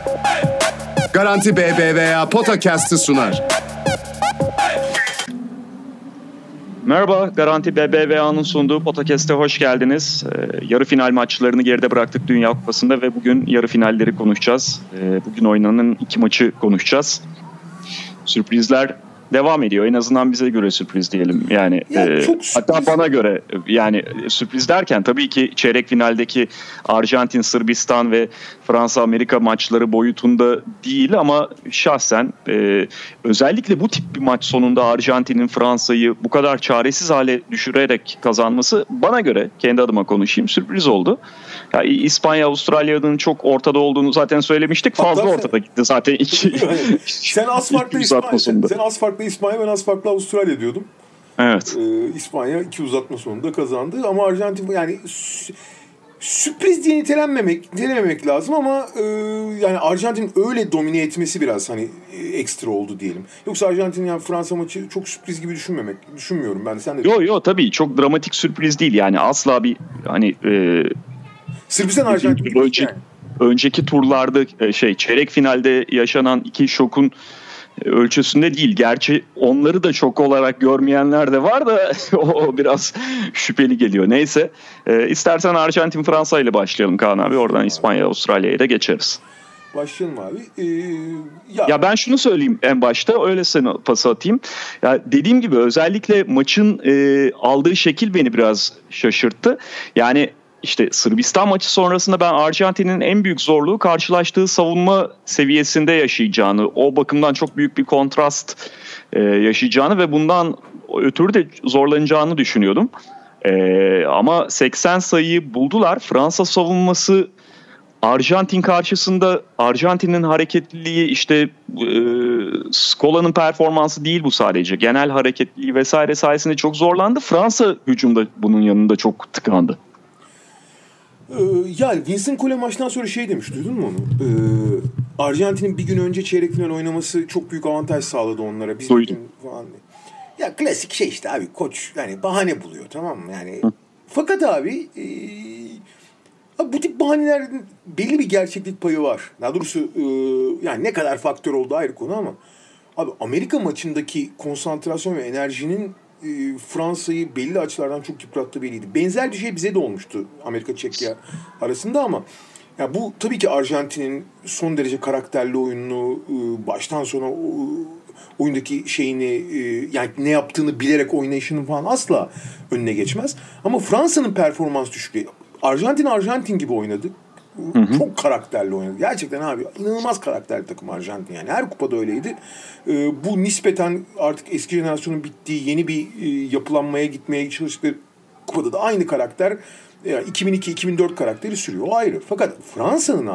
Garanti BBVA Podcast'ı sunar. Merhaba, Garanti BBVA'nın sunduğu Podcast'e hoş geldiniz. Yarı final maçlarını geride bıraktık Dünya Kupası'nda ve bugün yarı finalleri konuşacağız. Bugün oynanan 2 maçı konuşacağız. Sürprizler devam ediyor. En azından bize göre sürpriz diyelim. Yani hatta bana göre, yani sürpriz derken tabii ki çeyrek finaldeki Arjantin, Sırbistan ve Fransa-Amerika maçları boyutunda değil ama şahsen özellikle bu tip bir maç sonunda Arjantin'in Fransa'yı bu kadar çaresiz hale düşürerek kazanması bana göre, kendi adıma konuşayım, sürpriz oldu. Yani İspanya, Avustralya'nın çok ortada olduğunu zaten söylemiştik. Fazla ortada gitti zaten iki. Sen az farklı İspanya, ben az farklı Avustralya diyordum. Evet. İspanya 2 uzatma sonunda kazandı ama Arjantin yani sürpriz diye nitelememek lazım ama yani Arjantin öyle domine etmesi biraz hani ekstra oldu diyelim. Yoksa Arjantin yani Fransa maçı çok sürpriz gibi düşünmüyorum ben. Sen de Yo tabii çok dramatik sürpriz değil yani asla bir hani Sırbistan Arjantin gibi yani. Önceki turlarda çeyrek finalde yaşanan iki şokun ölçüsünde değil. Gerçi onları da şok olarak görmeyenler de var da o biraz şüpheli geliyor. Neyse istersen Arjantin Fransa ile başlayalım Kaan abi. Oradan İspanya Avustralya'ya da geçeriz. Başlayalım abi. Ya ben şunu söyleyeyim en başta, öyle sana pası atayım. Ya dediğim gibi özellikle maçın aldığı şekil beni biraz şaşırttı. Yani İşte Sırbistan maçı sonrasında ben Arjantin'in en büyük zorluğu karşılaştığı savunma seviyesinde yaşayacağını, o bakımdan çok büyük bir kontrast yaşayacağını ve bundan ötürü de zorlanacağını düşünüyordum. Ama 80 sayıyı buldular. Fransa savunması Arjantin karşısında, Arjantin'in hareketliliği, işte Scola'nın performansı değil bu sadece. Genel hareketliliği vesaire sayesinde çok zorlandı. Fransa hücumda bunun yanında çok tıkandı. Ya Vincent Collet maçtan sonra şey demiş, duydun mu onu? Arjantin'in bir gün önce çeyrek final oynaması çok büyük avantaj sağladı onlara. Biz duydum. Falan. Ya klasik şey işte abi, koç yani bahane buluyor, tamam mı? Yani fakat abi bu tip bahanelerin belli bir gerçeklik payı var. Daha doğrusu yani ne kadar faktör olduğu ayrı konu ama abi Amerika maçındaki konsantrasyon ve enerjinin Fransa'yı belli açılardan çok yıprattığı belliydi. Benzer bir şey bize de olmuştu Amerika-Çekya arasında ama ya bu tabii ki Arjantin'in son derece karakterli oyununu, baştan sona oyundaki şeyini, yani ne yaptığını bilerek oynayışının falan asla önüne geçmez. Ama Fransa'nın performans düşüklüğü. Arjantin gibi oynadı. Çok karakterli oynadı. Gerçekten abi inanılmaz karakterli takım Arjantin yani. Her kupada öyleydi. Bu nispeten artık eski jenerasyonun bittiği yeni bir yapılanmaya gitmeye çalıştıkları kupada da aynı karakter, yani 2002-2004 karakteri sürüyor. O ayrı. Fakat Fransa'nın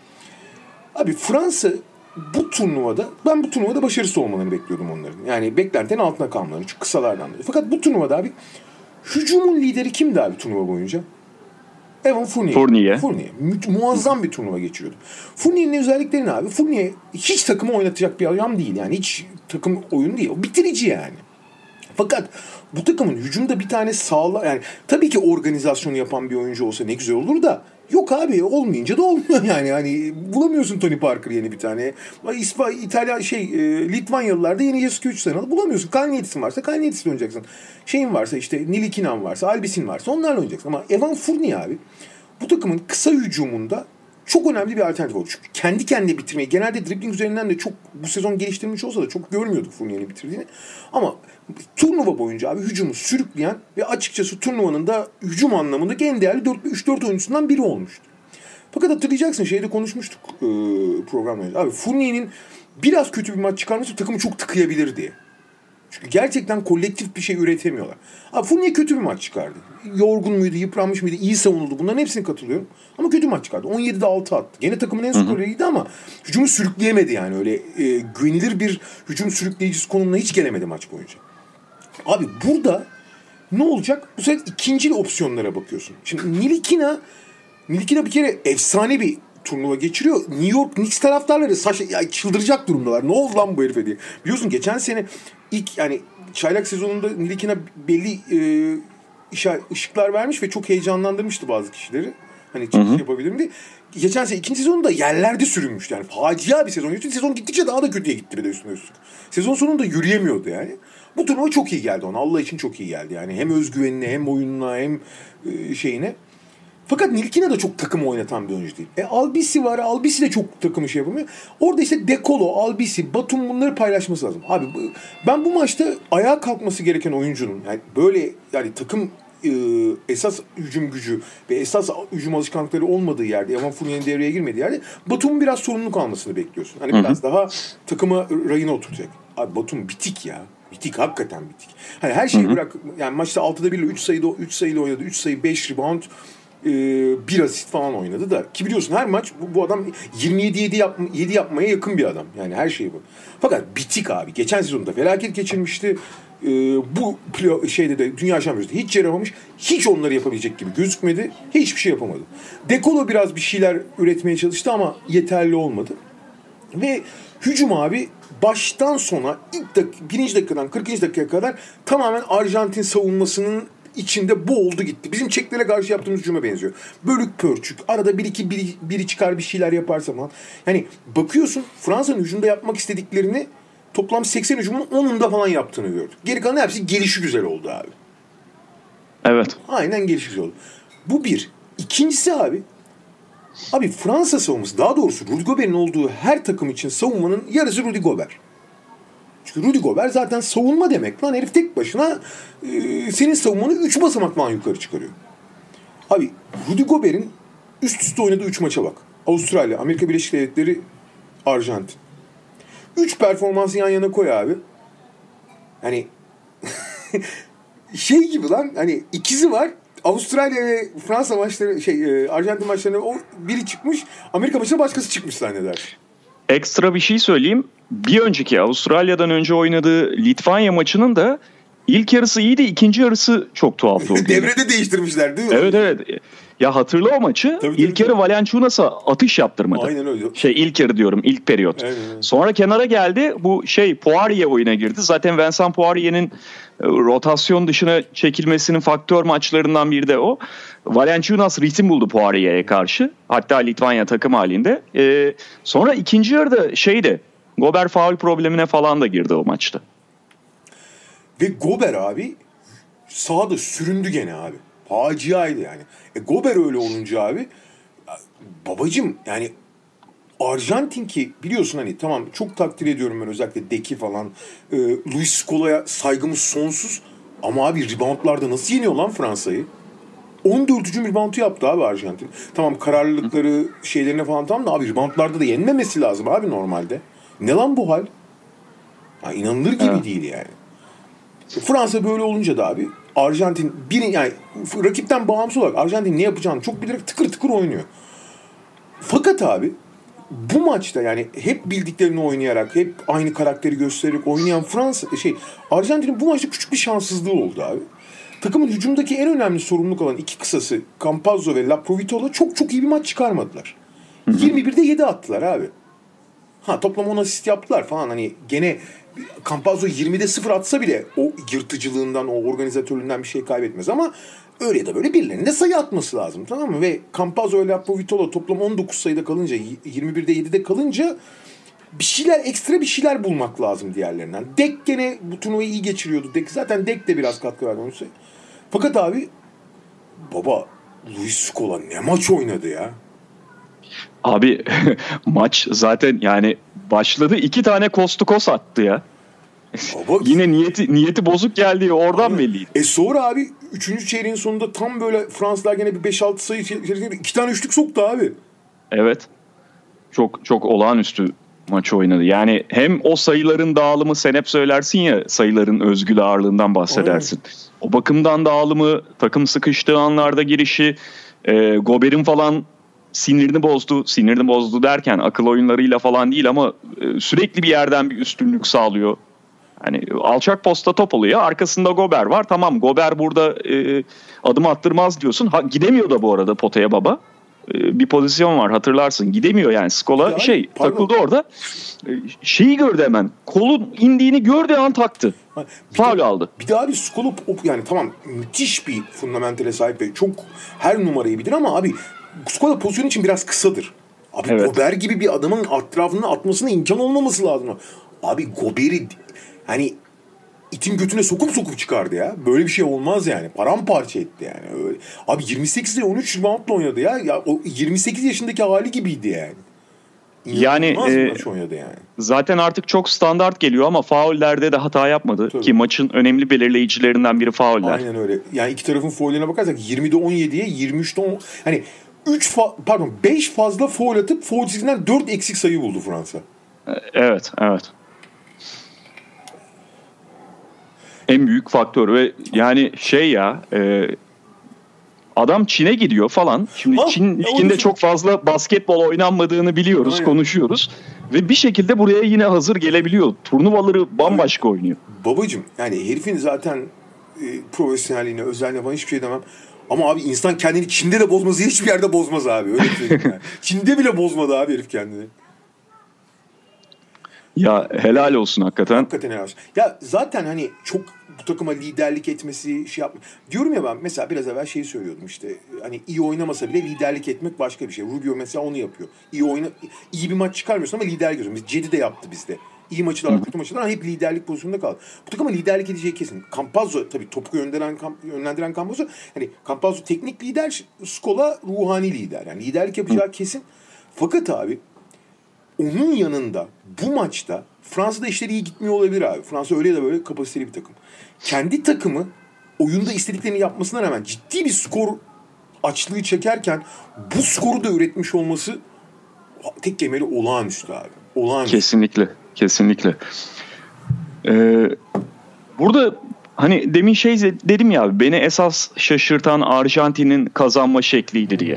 abi Fransa bu turnuvada başarısız olmalarını bekliyordum onların. Yani beklentinin altına kalmalarını. Çünkü kısalardan dolayı. Fakat bu turnuvada abi hücumun lideri kimdi abi turnuva boyunca? Evan Fournier. Muazzam bir turnuva geçiriyordu. Fournier'in özellikleri ne abi? Fournier hiç takımı oynatacak bir adam değil. Yani hiç takım oyunu değil. O bitirici yani. Fakat bu takımın hücumda bir tane yani tabii ki organizasyonu yapan bir oyuncu olsa ne güzel olur da yok abi, olmayınca da olmuyor yani. Hani bulamıyorsun Tony Parker yeni bir tane. İtalya Litvanyalılar da yeni Jesus 3 sene bulamıyorsun. Kalnietis'in varsa Kalnietis'le oynayacaksın. Şeyin varsa işte Nilikinan varsa, Albis'in varsa onlarla oynayacaksın. Ama Evan Fournier abi bu takımın kısa hücumunda çok önemli bir alternatif oldu. Çünkü kendi kendine bitirmeyi, genelde dribbling üzerinden de çok bu sezon geliştirmiş olsa da çok görmüyorduk Fournier'in bitirdiğini. Ama turnuva boyunca abi hücumu sürükleyen ve açıkçası turnuvanın da hücum anlamındaki en değerli 3-4 oyuncusundan biri olmuştu. Fakat hatırlayacaksın, şeyde konuşmuştuk programda. Abi Fournier'in biraz kötü bir maç çıkarması takımı çok tıkayabilir diye. Çünkü gerçekten kolektif bir şey üretemiyorlar. Abi Fournier kötü bir maç çıkardı. Yorgun muydu, yıpranmış mıydı, iyi savunuldu. Bunların hepsine katılıyorum. Ama kötü maç çıkardı. 17'de 6 attı. Gene takımın en skoreriydi ama hücumu sürükleyemedi yani. Öyle güvenilir bir hücum sürükleyicisi konumuna hiç gelemedi maç boyunca. Abi burada ne olacak? Bu sefer ikinci opsiyonlara bakıyorsun. Şimdi Nilikina bir kere efsane bir turnuva geçiriyor. New York Knicks taraftarları çıldıracak durumdalar. Ne oldu lan bu herife diye. Biliyorsun geçen sene ilk yani çaylak sezonunda Nilikina belli ışıklar vermiş ve çok heyecanlandırmıştı bazı kişileri. Hani çıkış yapabilirim diye. geçen sene ikinci sezonunda yerlerde sürünmüştü. Yani facia bir sezon. Sezon gittikçe daha da kötüye gitti bir de üstüne üstlük. Sezon sonunda yürüyemiyordu yani. Bu turnuva çok iyi geldi ona. Allah için çok iyi geldi yani. Hem özgüvenine hem oyununa hem şeyine. Fakat Nilkina da çok takım oynatan bir oyuncu değil. Albisi var. Albisi de çok takımı şey yapamıyor. Orada işte De Colo, Albisi, Batum bunları paylaşması lazım. Abi ben bu maçta ayağa kalkması gereken oyuncunun yani böyle yani takım esas hücum gücü ve esas hücum alışkanlıkları olmadığı yerde, Evan Fournier'in devreye girmediği yerde Batum'un biraz sorumluluk almasını bekliyorsun. Hani biraz daha takıma rayına oturacak. Abi Batum bitik ya. Bitik, hakikaten bitik. Hani her şeyi bırak. Yani maçta 6'da 1'le 3 sayıyla oynadı. 3 sayı, 5 rebound, 1 asist falan oynadı da. Ki biliyorsun her maç bu adam 27-7 yapmaya yakın bir adam. Yani her şey bu. Fakat bitik abi. Geçen sezonda felaket geçirmişti. Bu şeyde de Dünya Şampiyonası'nda hiç yaramamış. Hiç onları yapabilecek gibi gözükmedi. Hiçbir şey yapamadı. De Colo biraz bir şeyler üretmeye çalıştı ama yeterli olmadı. Ve hücum abi baştan sona birinci dakikadan 40. dakikaya kadar tamamen Arjantin savunmasının içinde boğuldu gitti. Bizim Çeklere karşı yaptığımız hücuma benziyor. Bölük pörçük. Arada biri çıkar bir şeyler yaparsa falan. Yani bakıyorsun Fransa'nın hücumda yapmak istediklerini toplam 80 hücumun 10'unda falan yaptığını gördük. Geri kalan hepsi gelişigüzel oldu abi. Evet. Aynen gelişigüzel oldu. Bu bir. İkincisi abi Fransa savunması, daha doğrusu Rudy Gobert'in olduğu her takım için savunmanın yarısı Rudy Gobert. Çünkü Rudy Gobert zaten savunma demek lan. Herif tek başına senin savunmanı 3 basamak falan yukarı çıkarıyor. Abi Rudy Gobert'in üst üste oynadığı 3 maça bak. Avustralya, Amerika Birleşik Devletleri, Arjantin. 3 performansı yan yana koy abi. Hani şey gibi lan, hani ikizi var. Avustralya ve Fransa maçları Arjantin maçlarına biri çıkmış, Amerika maçına başkası çıkmış zanneder. Ekstra bir şey söyleyeyim. Bir önceki Avustralya'dan önce oynadığı Litvanya maçının da ilk yarısı iyiydi, ikinci yarısı çok tuhaf oldu. Devrede değiştirmişler değil mi? Evet. Ya hatırla o maçı. Tabii. İlk yarı Valenciunas'a atış yaptırmadı. Aynen öyle. İlk yarı diyorum, ilk periyot. Aynen. Sonra kenara geldi. Bu Poirier oyuna girdi. Zaten Vincent Poirier'in rotasyon dışına çekilmesinin faktör maçlarından biri de o. Valenciunas ritim buldu Poirier'e karşı. Hatta Litvanya takım halinde. Sonra ikinci yarıda Gobert faul problemine falan da girdi o maçta. Ve Gobert abi sahada süründü gene abi. Faciaydı yani. Gobert öyle olunca abi babacım yani Arjantin ki biliyorsun hani tamam çok takdir ediyorum ben özellikle Deki falan. Luis Scola'ya saygımız sonsuz. Ama abi reboundlarda nasıl yeniyor lan Fransa'yı? 14. reboundu yaptı abi Arjantin. Tamam kararlılıkları şeylerine falan tamam da abi reboundlarda da yenmemesi lazım abi normalde. Ne lan bu hal? Ha, inanılır gibi değil yani. Fransa böyle olunca da abi Arjantin yani rakipten bağımsız olarak Arjantin ne yapacağını çok bilerek tıkır tıkır oynuyor. Fakat abi bu maçta yani hep bildiklerini oynayarak, hep aynı karakteri göstererek oynayan Arjantin'in bu maçta küçük bir şanssızlığı oldu abi. Takımın hücumdaki en önemli sorumluluk olan iki kısası Campazzo ve Laprovitola çok iyi bir maç çıkarmadılar. 21'de 7 attılar abi. Toplam 10 asist yaptılar falan, hani gene Campazzo 20'de 0 atsa bile o yırtıcılığından, o organizatörlüğünden bir şey kaybetmez ama öyle ya da böyle birilerinin de sayı atması lazım, tamam mı? Ve Campazzo ile Laprovitola toplam 19 sayıda kalınca, 21'de 7'de kalınca ekstra bir şeyler bulmak lazım diğerlerinden. Dek gene bu turnuvayı iyi geçiriyordu. Zaten Dek de biraz katkı verdi. Fakat abi Luis Scola ne maç oynadı ya. Abi maç zaten yani başladı, 2 tane coast to coast attı ya. Yine niyeti bozuk geldiği oradan belliydi. Sonra abi 3. çeyreğin sonunda tam böyle Fransızlar gene bir 5-6 sayı içerisinde 2 tane üçlük soktu abi. Evet. Çok olağanüstü maç oynadı. Yani hem o sayıların dağılımı, sen hep söylersin ya, sayıların özgül ağırlığından bahsedersin. Aynen. O bakımdan dağılımı, takım sıkıştığı anlarda girişi, Gobert'in falan sinirini bozdu derken akıl oyunlarıyla falan değil ama sürekli bir yerden bir üstünlük sağlıyor. Hani alçak posta top oluyor. Arkasında Gobert var. Tamam, Gobert burada adım attırmaz diyorsun. Gidemiyor da bu arada potaya baba. Bir pozisyon var, hatırlarsın. Gidemiyor yani. Scola takıldı orada. Şeyi gördü hemen. Kolun indiğini gördüğü an taktı. Faul aldı. Bir de abi Scola yani tamam müthiş bir fundamentale sahip ve çok her numarayı bilir ama abi Scola pozisyon için biraz kısadır. Abi Evet. Gober gibi bir adamın etrafından atmasına imkan olmaması lazım. Abi Gober'i hani itin götüne sokup çıkardı ya. Böyle bir şey olmaz yani. Paramparça etti yani. Öyle. Abi 28'de 13 reboundla oynadı ya. Ya o 28 yaşındaki hali gibiydi yani. Yani İnanılmaz bir maç oynadı yani. zaten artık çok standart geliyor ama faullerde de hata yapmadı. Tabii. Ki maçın önemli belirleyicilerinden biri fauller. Aynen öyle. Yani iki tarafın faullerine bakarsak 20'de 17'ye 23'de 10 hani 5 fazla faul atıp faul çizginden 4 eksik sayı buldu Fransa. Evet. En büyük faktör ve yani adam Çin'e gidiyor falan. Şimdi Çin liginde çok fazla basketbol oynanmadığını biliyoruz, Aynen. konuşuyoruz. Ve bir şekilde buraya yine hazır gelebiliyor. Turnuvaları bambaşka oynuyor. Babacım yani herifin zaten profesyonelliğine, özelliğine falan hiçbir şey demem. Ama abi insan kendini Çin'de de bozmaz, hiçbir yerde bozmaz abi. Öyle söyleyeyim yani. Çin'de bile bozmadı abi herif kendini. Ya helal olsun hakikaten. Hakikaten helal olsun. Ya zaten hani çok bu takıma liderlik etmesi yapma. Diyorum ya ben mesela biraz evvel şeyi söylüyordum işte. Hani iyi oynamasa bile liderlik etmek başka bir şey. Rubio mesela onu yapıyor. İyi bir maç çıkarmıyorsun ama liderlik ediyorsun. Cedi de yaptı bizde. İyi maçlar, kötü maçlar ama hep liderlik pozisyonunda kaldı. Bu takıma liderlik edeceği kesin. Campazzo tabii topu yönlendiren Campazzo. Hani Campazzo teknik lider, Scola ruhani lider. Yani liderlik yapacağı kesin. Fakat abi onun yanında bu maçta Fransa'da işleri iyi gitmiyor olabilir abi. Fransa öyle de böyle kapasiteli bir takım. Kendi takımı oyunda istediklerini yapmasına rağmen ciddi bir skor açlığı çekerken bu skoru da üretmiş olması tek kelimeyle olağanüstü abi. Olağanüstü. Kesinlikle. Burada hani demin dedim ya beni esas şaşırtan Arjantin'in kazanma şekliydi diye.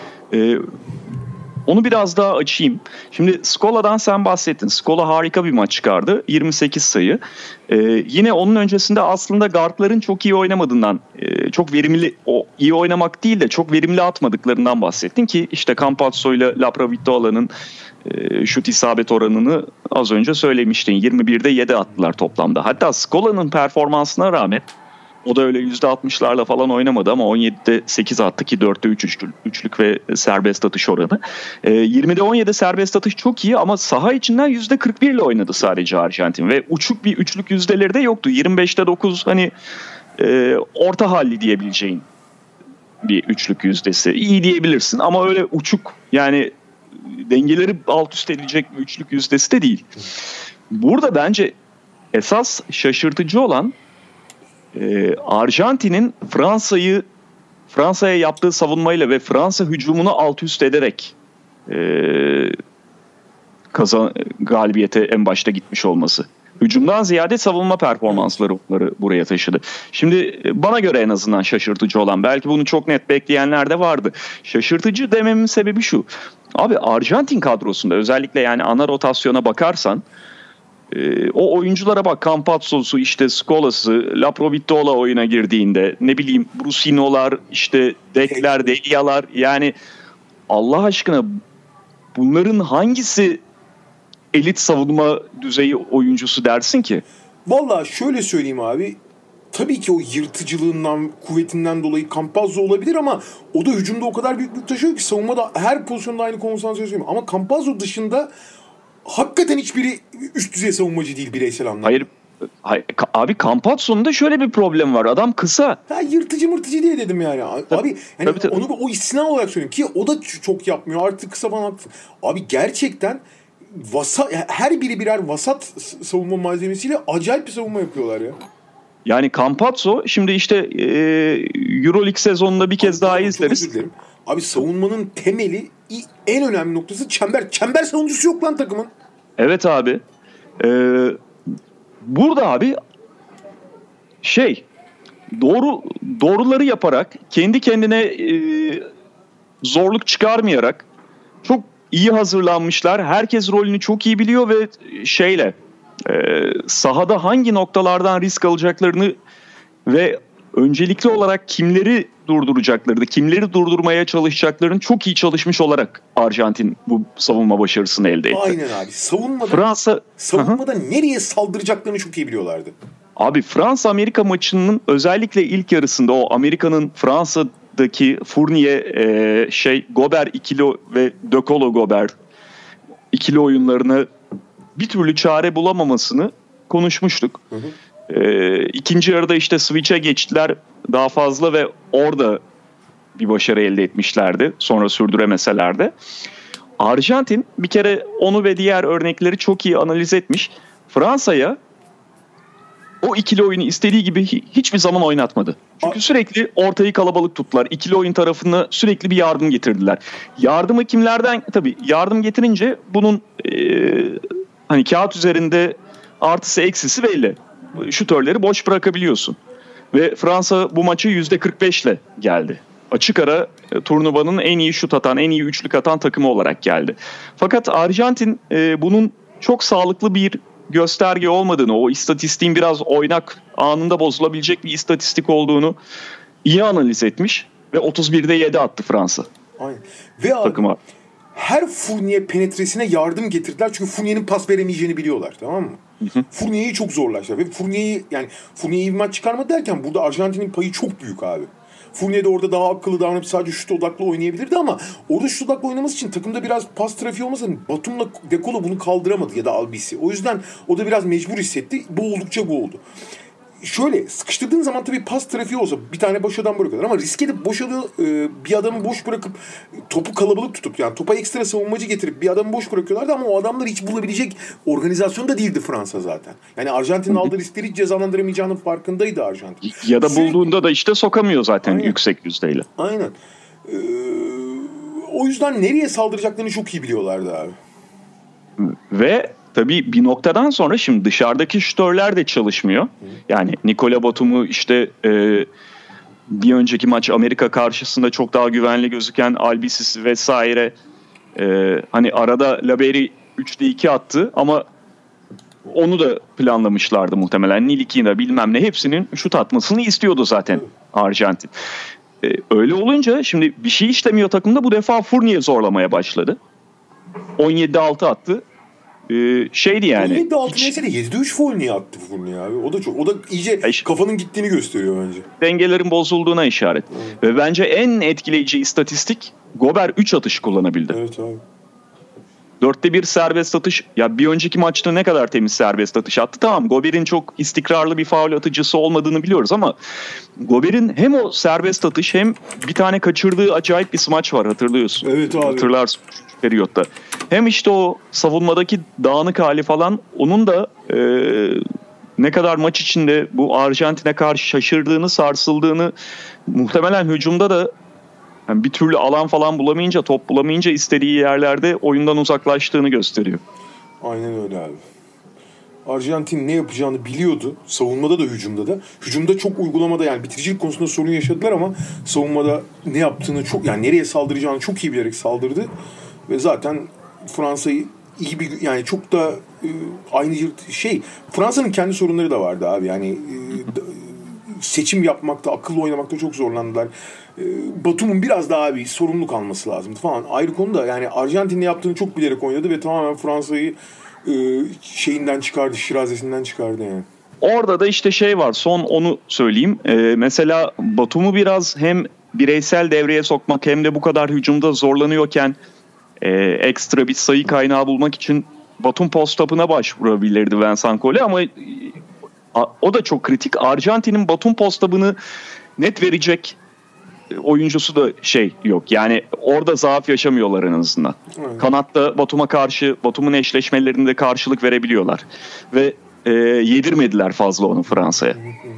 Onu biraz daha açayım. Şimdi Scola'dan sen bahsettin. Scola harika bir maç çıkardı. 28 sayı. Yine onun öncesinde aslında guardların çok iyi oynamadığından, çok verimli, iyi oynamak değil de çok verimli atmadıklarından bahsettin ki işte Campazzo ile Laprovitola'nın şut isabet oranını az önce söylemiştin. 21'de 7 attılar toplamda. Hatta Scola'nın performansına rağmen o da öyle %60'larla falan oynamadı ama 17'de 8 attı ki 4'te 3 üçlük ve serbest atış oranı. 20'de 17 serbest atış çok iyi ama saha içinden %41 ile oynadı sadece Arjantin ve uçuk bir üçlük yüzdeleri de yoktu. 25'te 9 hani orta halli diyebileceğin bir üçlük yüzdesi. İyi diyebilirsin ama öyle uçuk yani dengeleri alt üst edilecek bir üçlük yüzdesi de değil. Burada bence esas şaşırtıcı olan Arjantin'in Fransa'ya yaptığı savunmayla ve Fransa hücumunu alt üst ederek galibiyete en başta gitmiş olması. Hücumdan ziyade savunma performansları onları buraya taşıdı. Şimdi bana göre en azından şaşırtıcı olan, belki bunu çok net bekleyenler de vardı. Şaşırtıcı dememin sebebi şu. Abi Arjantin kadrosunda özellikle yani ana rotasyona bakarsan o oyunculara bak, Campazzo'su, işte Scola'sı, Laprovitola oyuna girdiğinde, ne bileyim Brusino'lar, işte Dekler, Delia'lar, yani Allah aşkına bunların hangisi elit savunma düzeyi oyuncusu dersin ki? Vallahi şöyle söyleyeyim abi. Tabii ki o yırtıcılığından, kuvvetinden dolayı Campazzo olabilir ama o da hücumda o kadar büyük taşıyor ki savunmada her pozisyonda aynı konsantrasyon. Ama Campazzo dışında hakikaten hiçbiri üst düzey savunmacı değil bireysel anlamda. Hayır abi, Campazzo'nun da şöyle bir problem var. Adam kısa. Yırtıcı diye dedim yani. Abi yani tabii. onu o istisna olarak söyleyeyim ki o da çok yapmıyor. Artık kısa falan. Abi gerçekten her biri birer vasat savunma malzemesiyle acayip bir savunma yapıyorlar ya. Yani Campazzo şimdi işte Euroleague sezonunda bir kez daha izleriz. Abi savunmanın temeli, en önemli noktası çember. Çember savunucusu yok lan takımın. Evet abi. Burada abi doğruları yaparak, kendi kendine zorluk çıkarmayarak çok iyi hazırlanmışlar. Herkes rolünü çok iyi biliyor ve sahada hangi noktalardan risk alacaklarını ve öncelikli olarak kimleri durduracaklarını, kimleri durdurmaya çalışacaklarını çok iyi çalışmış olarak Arjantin bu savunma başarısını elde etti. Aynen abi. Savunmada nereye saldıracaklarını çok iyi biliyorlardı. Abi Fransa-Amerika maçının özellikle ilk yarısında o Amerika'nın Fransa'da maçtaki Fournier Gobert ikili ve De Colo Gobert ikili oyunlarını bir türlü çare bulamamasını konuşmuştuk. İkinci yarıda işte switch'e geçtiler daha fazla ve orada bir başarı elde etmişlerdi. Sonra sürdüremeseler de. Arjantin bir kere onu ve diğer örnekleri çok iyi analiz etmiş. Fransa'ya o ikili oyunu istediği gibi hiçbir zaman oynatmadı. Çünkü sürekli ortayı kalabalık tuttular. İkili oyun tarafına sürekli bir yardım getirdiler. Yardımı kimlerden? Tabii yardım getirince bunun hani kağıt üzerinde artısı eksisi belli. Şutörleri boş bırakabiliyorsun. Ve Fransa bu maçı %45 ile geldi. Açık ara turnuvanın en iyi şut atan, en iyi üçlük atan takımı olarak geldi. Fakat Arjantin bunun çok sağlıklı bir gösterge olmadığını, o istatistiğin biraz oynak, anında bozulabilecek bir istatistik olduğunu iyi analiz etmiş ve 31'de 7 attı Fransa. Aynen. Ve takıma. Her Fournier penetresine yardım getirdiler çünkü Fournier'in pas veremeyeceğini biliyorlar, tamam mı? Fournier'i çok zorlaştılar ve Fournier'i bir maç çıkarmadı derken burada Arjantin'in payı çok büyük abi. Fournier de orada daha akıllı davranıp sadece şut odaklı oynayabilirdi ama orada şut odaklı oynaması için takımda biraz pas trafiği olmasa Batum'la De Colo bunu kaldıramadı ya da Albisi. O yüzden o da biraz mecbur hissetti. Bu oldukça bu oldu. Şöyle sıkıştırdığın zaman tabii pas trafiği olsa bir tane boş adam bırakıyorlar ama risk edip bir adamı boş bırakıp topu kalabalık tutup yani topa ekstra savunmacı getirip bir adamı boş bırakıyorlardı ama o adamları hiç bulabilecek organizasyon da değildi Fransa zaten. Yani Arjantin'in aldığı riskleri hiç cezalandıramayacağının farkındaydı Arjantin. Ya da bulduğunda da işte sokamıyor zaten. Aynen. Yüksek yüzdeyle. Aynen. O yüzden nereye saldıracaklarını çok iyi biliyorlardı abi. Ve tabii bir noktadan sonra şimdi dışarıdaki şutörler de çalışmıyor. Yani Nikola Batum'u işte bir önceki maç Amerika karşısında çok daha güvenli gözüken Albisis vesaire hani arada Laberi 3'te 2 attı ama onu da planlamışlardı muhtemelen. Nilikina bilmem ne hepsinin şut atmasını istiyordu zaten Arjantin. Öyle olunca şimdi bir şey işlemiyor takımda, bu defa Fournier zorlamaya başladı. 17'de 6 attı. Şeydi yani. 17'de 6 neyse de 7'de 3 foul niye attı Fournier abi? O da iyice kafanın gittiğini gösteriyor bence. Dengelerin bozulduğuna işaret. Ve bence en etkileyici istatistik Gobert 3 atış kullanabildi. Evet abi. 4'te 1 serbest atış. Ya bir önceki maçta ne kadar temiz serbest atış attı. Tamam, Gobert'in çok istikrarlı bir faul atıcısı olmadığını biliyoruz ama Gobert'in hem o serbest atış hem bir tane kaçırdığı acayip bir smaç var, hatırlıyorsun. Evet abi. Hatırlarsın periyotta. Hem işte o savunmadaki dağınık hali falan, onun da ne kadar maç içinde bu Arjantin'e karşı şaşırdığını, sarsıldığını, muhtemelen hücumda da yani bir türlü alan falan bulamayınca, top bulamayınca istediği yerlerde oyundan uzaklaştığını gösteriyor. Aynen öyle abi. Arjantin ne yapacağını biliyordu. Savunmada da hücumda da. Hücumda çok uygulamada yani bitiricilik konusunda sorun yaşadılar ama savunmada ne yaptığını çok, yani nereye saldıracağını çok iyi bilerek saldırdı. Ve zaten Fransa'yı iyi bir, yani çok da aynı Fransa'nın kendi sorunları da vardı abi. Yani seçim yapmakta, akıllı oynamakta çok zorlandılar. Batum'un biraz daha bir sorumluluk alması lazımdı falan. Ayrı konu da yani Arjantin ne yaptığını çok bilerek oynadı ve tamamen Fransa'yı şeyinden çıkardı, şirazesinden çıkardı yani. Orada da işte var, son onu söyleyeyim. Mesela Batum'u biraz hem bireysel devreye sokmak hem de bu kadar hücumda zorlanıyorken ekstra bir sayı kaynağı bulmak için Batum post-up'ına başvurabilirdi Vincent Collet ama o da çok kritik. Arjantin'in Batum post-up'ını net verecek oyuncusu da yok. Yani orada zaaf yaşamıyorlar en azından. Kanatta Batum'a karşı, Batum'un eşleşmelerinde karşılık verebiliyorlar. Ve yedirmediler fazla onu Fransa'ya.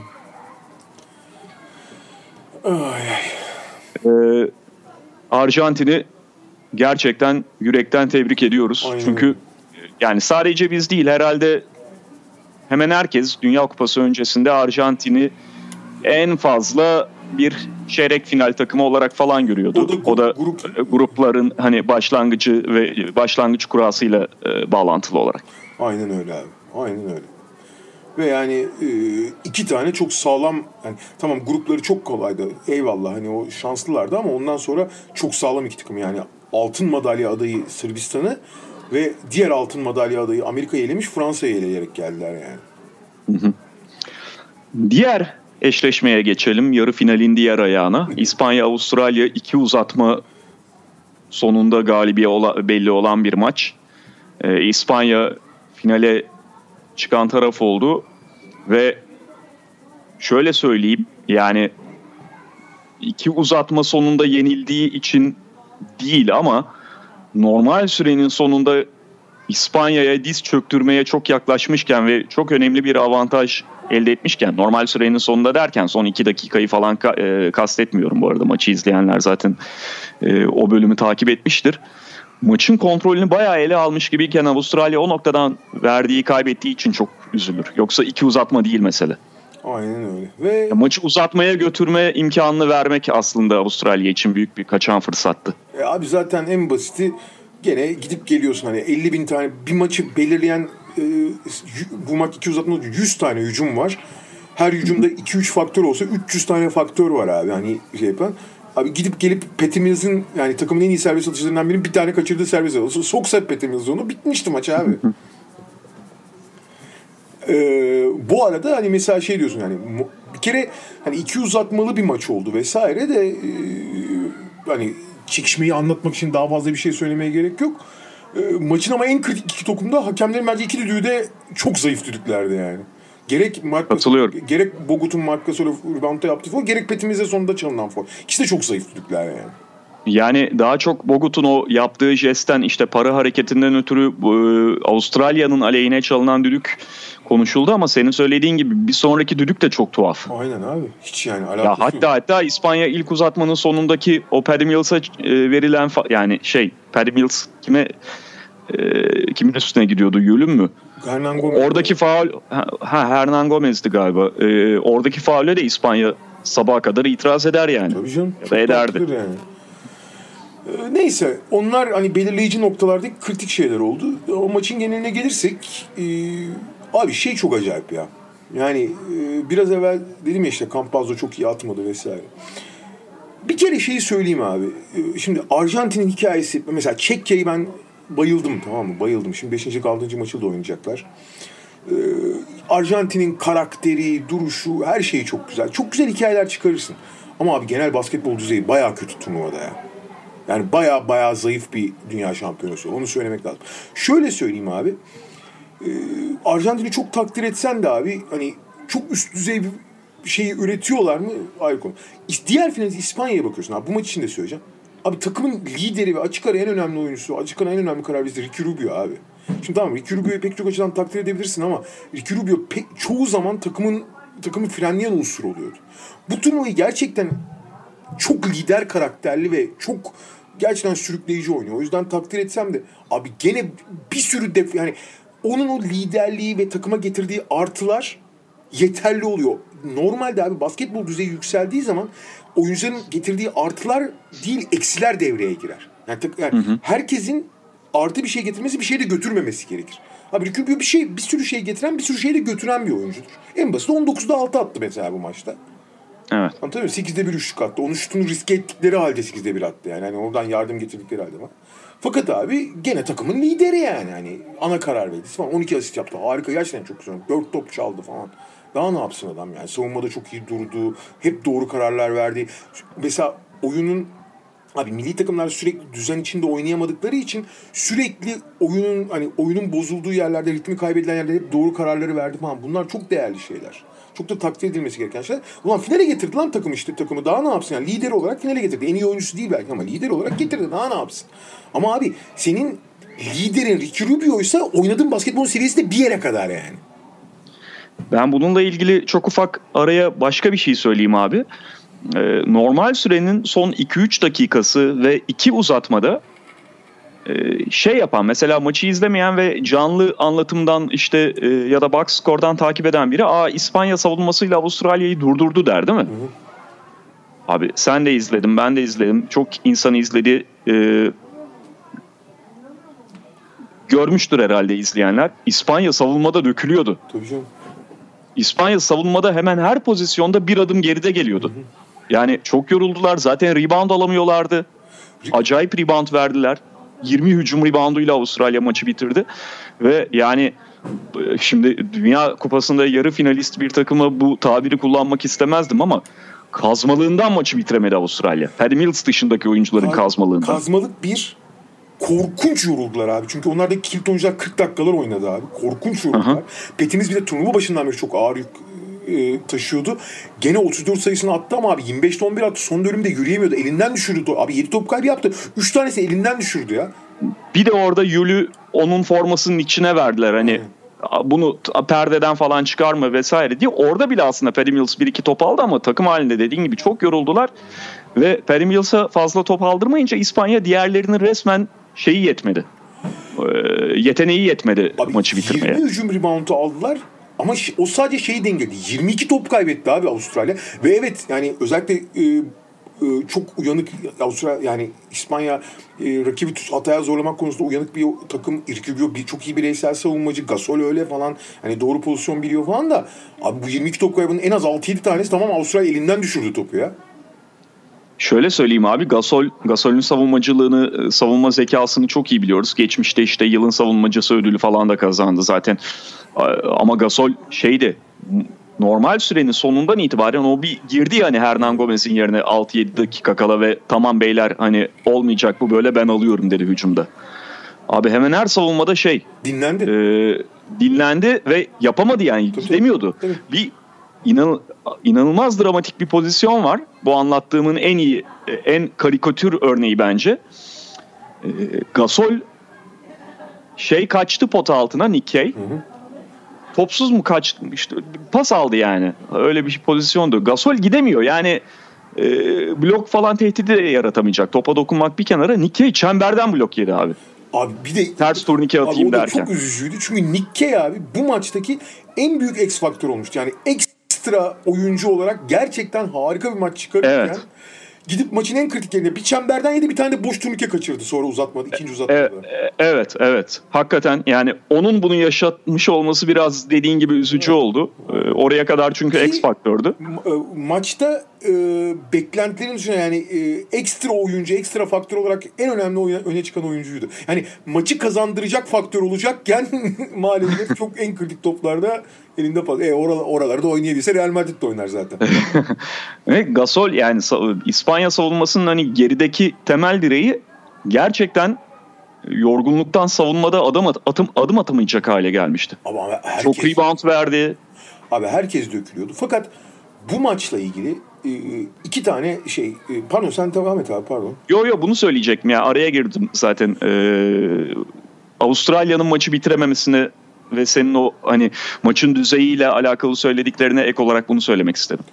Arjantin'i gerçekten yürekten tebrik ediyoruz. Aynen. Çünkü yani sadece biz değil, herhalde hemen herkes Dünya Kupası öncesinde Arjantin'i en fazla bir çeyrek final takımı olarak falan görüyordu. O da grupların hani başlangıcı ve başlangıç kurasıyla bağlantılı olarak. Aynen öyle abi. Aynen öyle. Ve yani iki tane çok sağlam, yani tamam grupları çok kolaydı. Eyvallah, hani o şanslılardı ama ondan sonra çok sağlam iki takım, yani altın madalya adayı Sırbistan'ı ve diğer altın madalya adayı Amerika'yı elemiş, Fransa'yı eleyerek geldiler yani. Diğer eşleşmeye geçelim. Yarı finalin diğer ayağına. İspanya-Avustralya 2 uzatma sonunda galibi belli olan bir maç. İspanya finale çıkan taraf oldu ve şöyle söyleyeyim, yani 2 uzatma sonunda yenildiği için değil ama normal sürenin sonunda İspanya'ya diz çöktürmeye çok yaklaşmışken ve çok önemli bir avantaj elde etmişken, normal sürenin sonunda derken son 2 dakikayı falan kastetmiyorum bu arada, maçı izleyenler zaten o bölümü takip etmiştir. Maçın kontrolünü bayağı ele almış gibiyken Avustralya o noktadan kaybettiği için çok üzülür. Yoksa 2 uzatma değil mesele. Aynen öyle. Ve maçı uzatmaya götürme imkanını vermek aslında Avustralya için büyük bir kaçan fırsattı. Abi zaten en basiti gene gidip geliyorsun, hani 50 bin tane bir maçı belirleyen bu maç 2 uzatmada 100 tane hücum var. Her hücumda 2-3 faktör olsa 300 tane faktör var abi, hani şey yapan. Abi gidip gelip Patty Mills'in, yani takımın en iyi servis atışlarından birinin bir tane kaçırdığı servis atışları. Soksa Patty Mills onu, bitmişti maç abi. Bu arada hani mesela şey diyorsun, yani bir kere hani 2 uzatmalı bir maç oldu vesaire de hani çekişmeyi anlatmak için daha fazla bir şey söylemeye gerek yok. Maçın ama en kritik 2 takımda hakemlerin bence 2 düdüğü de çok zayıf düdüklerdi yani. Gerek Bogut'un Marcas'la rebound'da yaptığı faul, gerek Patty Mills'e sonunda çalınan faul. İkisi de çok zayıf düdükler yani. Yani daha çok Bogut'un o yaptığı jestten, işte para hareketinden ötürü Avustralya'nın aleyhine çalınan düdük konuşuldu ama senin söylediğin gibi bir sonraki düdük de çok tuhaf. Aynen abi. Hiç yani alakası yok. Hatta İspanya ilk uzatmanın sonundaki o Patty Mills'a verilen yani Patty Mills kimin üstüne gidiyordu? Yülüm mü? Hernan Gomez. Oradaki faul Hernan Gomez'di galiba. Oradaki faule de İspanya sabaha kadar itiraz eder yani. Tabii canım. Ya da ederdi. Yani. Neyse, onlar hani belirleyici noktalardaki kritik şeyler oldu. O maçın geneline gelirsek abi şey çok acayip ya. Yani biraz evvel dedim ya, işte Campazzo çok iyi atmadı vesaire. Bir kere şeyi söyleyeyim abi. Şimdi Arjantin'in hikayesi, mesela Çekya'yı ben bayıldım, tamam mı? Bayıldım. Şimdi 5. 6. maçı da oynayacaklar. Arjantin'in karakteri, duruşu, her şeyi çok güzel. Çok güzel hikayeler çıkarırsın. Ama abi genel basketbol düzeyi bayağı kötü turnuvada ya. Yani bayağı zayıf bir dünya şampiyonası. Onu söylemek lazım. Şöyle söyleyeyim abi. Arjantin'i çok takdir etsen de abi, hani çok üst düzey bir şeyi üretiyorlar mı? Ayrı konu. Diğer finalde İspanya'ya bakıyorsun abi. Bu maç için de söyleyeceğim. Abi takımın lideri ve açık ara en önemli oyuncusu, açık ara en önemli karar vericisi Ricky Rubio abi. Şimdi tamam, Ricky Rubio'yu pek çok açıdan takdir edebilirsin ama Ricky Rubio çoğu zaman takımı frenleyen unsur oluyordu. Bu turnuvayı gerçekten çok lider karakterli ve çok gerçekten sürükleyici oynuyor. O yüzden takdir etsem de abi gene bir sürü yani onun o liderliği ve takıma getirdiği artılar yeterli oluyor. Normalde abi basketbol düzeyi yükseldiği zaman oyuncuların getirdiği artılar değil, eksiler devreye girer. Yani herkesin artı bir şey getirmesi, bir şey de götürmemesi gerekir. Abi Ricky Rubio bir sürü şey getiren, bir sürü şey de götüren bir oyuncudur. En basit 19'da 6 attı mesela bu maçta. Evet. Anlatabiliyor muyum? 8'de 1 üçlük attı. Onun şutunu riske ettikleri halde 8'de 1 attı yani. Hani oradan yardım getirdikleri halde var. Fakat abi gene takımın lideri yani. Hani ana karar vericisi falan. 12 asist yaptı. Harika. Gerçekten çok güzel. 4 top çaldı falan. Daha ne yapsın adam yani. Savunmada çok iyi durdu. Hep doğru kararlar verdi. Mesela oyunun abi milli takımlar sürekli düzen içinde oynayamadıkları için sürekli oyunun bozulduğu yerlerde, ritmi kaybedilen yerlerde hep doğru kararları verdi falan. Bunlar çok değerli şeyler. Çok da takdir edilmesi gereken şeyler. Ulan finale getirdi lan takımı. Daha ne yapsın? Yani lider olarak finale getirdi. En iyi oyuncusu değil belki ama lider olarak getirdi. Daha ne yapsın? Ama abi senin liderin Ricky Rubio'ysa oynadığın basketbol seviyesi de bir yere kadar yani. Ben bununla ilgili çok ufak araya başka bir şey söyleyeyim abi. Normal sürenin son 2-3 dakikası ve 2 uzatmada yapan, mesela maçı izlemeyen ve canlı anlatımdan ya da box score'dan takip eden biri İspanya savunmasıyla Avustralya'yı durdurdu der değil mi? Hı. Abi sen de izledin, ben de izledim. Çok insan izledi. Görmüştür herhalde izleyenler. İspanya savunmada dökülüyordu. Tabii canım. İspanya savunmada hemen her pozisyonda bir adım geride geliyordu. Hı. Yani çok yoruldular. Zaten rebound alamıyorlardı. Acayip rebound verdiler. 20 hücum rebounduyla Avustralya maçı bitirdi. Ve yani şimdi Dünya Kupası'nda yarı finalist bir takıma bu tabiri kullanmak istemezdim ama kazmalığından maçı bitiremedi Avustralya. Paddy Mills dışındaki oyuncuların kazmalığından. Kazmalık bir, korkunç yoruldular abi. Çünkü onlar da kilit oyuncular 40 dakikalar oynadı abi. Korkunç yoruldular. Petimiz bir de turnuva başından beri çok ağır yük taşıyordu. Gene 34 sayısını attı ama abi 25'te 11 attı. Son dönümde yürüyemiyordu. Elinden düşürdü. Abi 7 top kaybı yaptı. 3 tanesi elinden düşürdü ya. Bir de orada Yül'ü onun formasının içine verdiler. Hani bunu perdeden falan çıkarma vesaire diye. Orada bile aslında Paddy Mills 1-2 top aldı ama takım halinde dediğin gibi çok yoruldular. Ve Paddy Mills'a fazla top aldırmayınca İspanya diğerlerinin resmen yetmedi. Yeteneği yetmedi abi, maçı bitirmeye. 20 hücum reboundu aldılar. Ama o sadece şeyi dengeledi. 22 top kaybetti abi Avustralya. Ve evet yani özellikle çok uyanık Avustralya, yani İspanya rakibi hataya zorlamak konusunda uyanık bir takım. Irkubio çok iyi bireysel savunmacı. Gasol öyle falan. Hani doğru pozisyon biliyor falan da abi bu 22 top kaybının en az 6-7 tanesi tamam Avustralya elinden düşürdü topu ya. Şöyle söyleyeyim abi, Gasol'ün savunmacılığını, savunma zekasını çok iyi biliyoruz. Geçmişte işte yılın savunmacısı ödülü falan da kazandı zaten. Ama Gasol normal sürenin sonundan itibaren o bir girdi yani Hernan Gomez'in yerine 6-7 dakika kala ve tamam beyler hani olmayacak bu böyle ben alıyorum dedi hücumda. Abi hemen her savunmada dinlendi ve yapamadı yani gidemiyordu. Bir inanılmaz dramatik bir pozisyon var. Bu anlattığımın en karikatür örneği bence. Gasol kaçtı pota altına Nick Kay. Topsuz mu kaçtı? İşte pas aldı yani. Öyle bir pozisyondu. Gasol gidemiyor. Yani blok falan tehdidi de yaratamayacak. Topa dokunmak bir kenara. Nick Kay çemberden blok yedi abi. Abi bir de ters turnike atayım abi, o da derken. çok üzücüydü. Çünkü Nick Kay abi bu maçtaki en büyük X faktör olmuştu. Yani ekstra oyuncu olarak gerçekten harika bir maç çıkarırken gidip maçın en kritik yerinde bir çemberden yedi, bir tane de boş turnike kaçırdı sonra ikinci uzatmada. Evet. Hakikaten yani onun bunu yaşatmış olması biraz dediğin gibi üzücü oldu. Oraya kadar çünkü X faktördü. Maçta beklentilerin dışında yani ekstra oyuncu, ekstra faktör olarak en önemli öne çıkan oyuncuydu. Yani maçı kazandıracak faktör olacakken maalesef çok en kritik toplarda elinde pas. Oralarda oynayabilse Real Madrid de oynar zaten. Gasol yani İspanya savunmasının hani gerideki temel direği gerçekten yorgunluktan savunmada adım atamayacak hale gelmişti. Ama herkes, çok rebound verdi. Abi herkes dökülüyordu. Fakat bu maçla ilgili iki tane pardon sen devam et abi pardon. Yo bunu söyleyecektim ya, araya girdim zaten. Avustralya'nın maçı bitirememesini ve senin o hani maçın düzeyiyle alakalı söylediklerine ek olarak bunu söylemek istedim.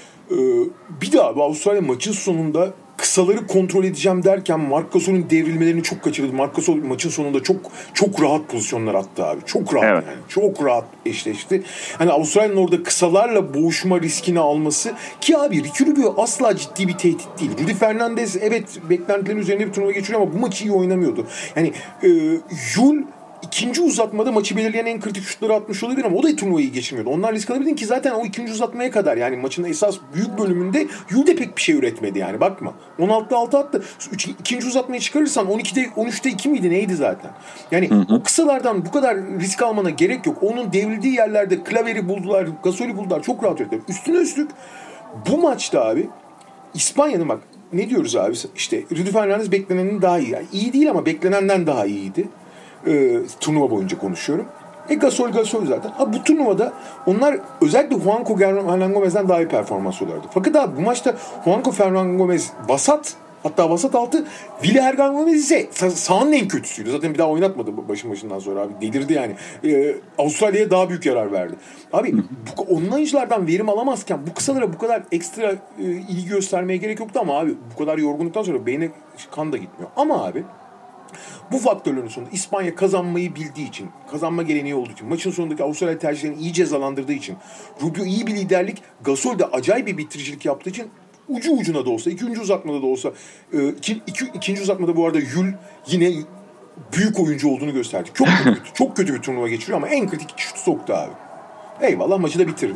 Bir de abi Avustralya maçın sonunda kısaları kontrol edeceğim derken Marc Gasol'ün devrilmelerini çok kaçırdı. Marc Gasol maçın sonunda çok rahat pozisyonlar attı abi. Çok rahat yani. Çok rahat eşleşti. Hani Avustralya'nın orada kısalarla boğuşma riskini alması ki abi Ricky Rubio asla ciddi bir tehdit değil. Rudy Fernandez evet beklentilerin üzerinde bir turnuva geçiriyor ama bu maçı iyi oynamıyordu. Yani Jul İkinci uzatmada maçı belirleyen en kritik şutları atmış olabilir ama o da turnuvayı geçirmiyordu. Onlar risk alabildin ki zaten o ikinci uzatmaya kadar yani maçın esas büyük bölümünde Yul pek bir şey üretmedi yani bakma. 16'da 6 attı. İkinci uzatmayı çıkarırsan 13'te 2 miydi neydi zaten? Yani o kısalardan bu kadar risk almana gerek yok. Onun devrildiği yerlerde Klaver'i buldular, Gasol'i buldular. Çok rahat ürettiler. Üstüne üstlük bu maçta abi İspanya'nın bak ne diyoruz abi işte Rudy Fernandez beklenenin daha iyi. Yani iyi değil ama beklenenden daha iyiydi. Turnuva boyunca konuşuyorum. Gasol zaten. Bu turnuvada onlar özellikle Juanjo Fernan Gomez'den daha iyi performans oluyordu. Fakat abi bu maçta Juanjo Fernan Gomez vasat, hatta vasat altı, Willy Hernan Gomez ise sahanın en kötüsüydü. Zaten bir daha oynatmadı başından sonra abi. Delirdi yani. Avustralya'ya daha büyük yarar verdi. Abi onun oyunculardan verim alamazken bu kısalara bu kadar ekstra ilgi göstermeye gerek yoktu ama abi bu kadar yorgunluktan sonra beyne kan da gitmiyor. Ama abi bu faktörlerin sonunda İspanya kazanmayı bildiği için, kazanma geleneği olduğu için, maçın sonundaki Avustralya tercihlerini iyi cezalandırdığı için, Rubio iyi bir liderlik, Gasol de acayip bir bitiricilik yaptığı için ucu ucuna da olsa, ikinci uzatmada da olsa, ikinci uzatmada bu arada Yul yine büyük oyuncu olduğunu gösterdi. Çok kötü bir turnuva geçiriyor ama en kritik iki şutu soktu abi. Eyvallah maçı da bitirdi.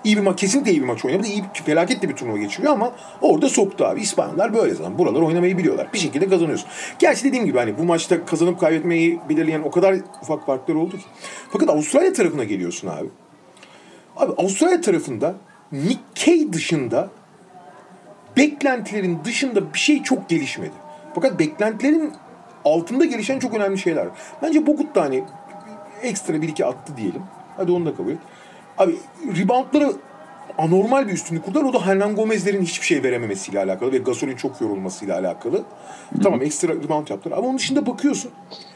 İyi bir maç, kesinlikle iyi bir maç oynamadı. İyi, felaket de bir turnuva geçiriyor ama orada soktu abi. İspanyollar böyle zaten. Buralar oynamayı biliyorlar. Bir şekilde kazanıyorsun. Gerçi dediğim gibi hani bu maçta kazanıp kaybetmeyi belirleyen o kadar ufak farklar oldu ki. Fakat Avustralya tarafına geliyorsun abi. Abi Avustralya tarafında Nick Kay dışında, beklentilerin dışında bir şey çok gelişmedi. Fakat beklentilerin altında gelişen çok önemli şeyler var. Bence Bogut da hani ekstra bir iki attı diyelim. Hadi onu da kabul et. Abi reboundları anormal bir üstünlük kurdular. O da Hernan Gomez'lerin hiçbir şey verememesiyle alakalı ve Gasol'ün çok yorulmasıyla alakalı. Tamam, ekstra rebound yaptılar. Ama onun dışında bakıyorsun.